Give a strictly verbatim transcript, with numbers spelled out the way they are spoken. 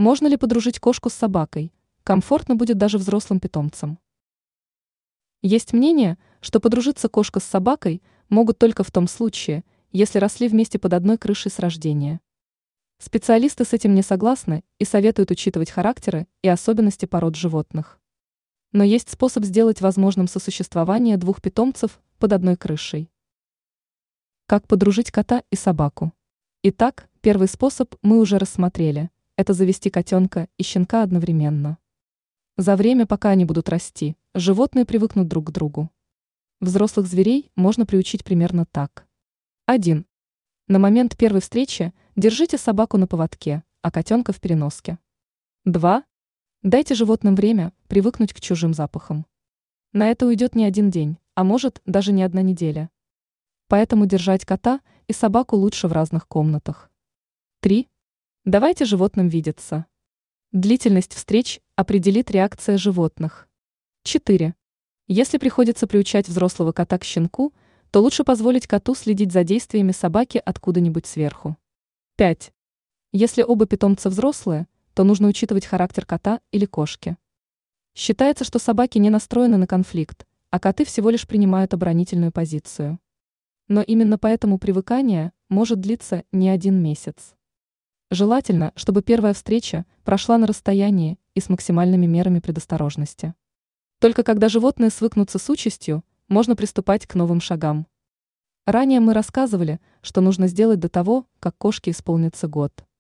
Можно ли подружить кошку с собакой? Комфортно будет даже взрослым питомцам. Есть мнение, что подружиться кошка с собакой могут только в том случае, если росли вместе под одной крышей с рождения. Специалисты с этим не согласны и советуют учитывать характеры и особенности пород животных. Но есть способ сделать возможным сосуществование двух питомцев под одной крышей. Как подружить кота и собаку? Итак, первый способ мы уже рассмотрели. Это завести котенка и щенка одновременно. За время, пока они будут расти, животные привыкнут друг к другу. Взрослых зверей можно приучить примерно так. один. На момент первой встречи держите собаку на поводке, а котенка в переноске. два. Дайте животным время привыкнуть к чужим запахам. На это уйдет не один день, а может даже не одна неделя. Поэтому держать кота и собаку лучше в разных комнатах. три. Давайте животным видеться. Длительность встреч определит реакция животных. четыре. Если приходится приучать взрослого кота к щенку, то лучше позволить коту следить за действиями собаки откуда-нибудь сверху. пять. Если оба питомца взрослые, то нужно учитывать характер кота или кошки. Считается, что собаки не настроены на конфликт, а коты всего лишь принимают оборонительную позицию. Но именно поэтому привыкание может длиться не один месяц. Желательно, чтобы первая встреча прошла на расстоянии и с максимальными мерами предосторожности. Только когда животные свыкнутся с участью, можно приступать к новым шагам. Ранее мы рассказывали, что нужно сделать до того, как кошке исполнится год.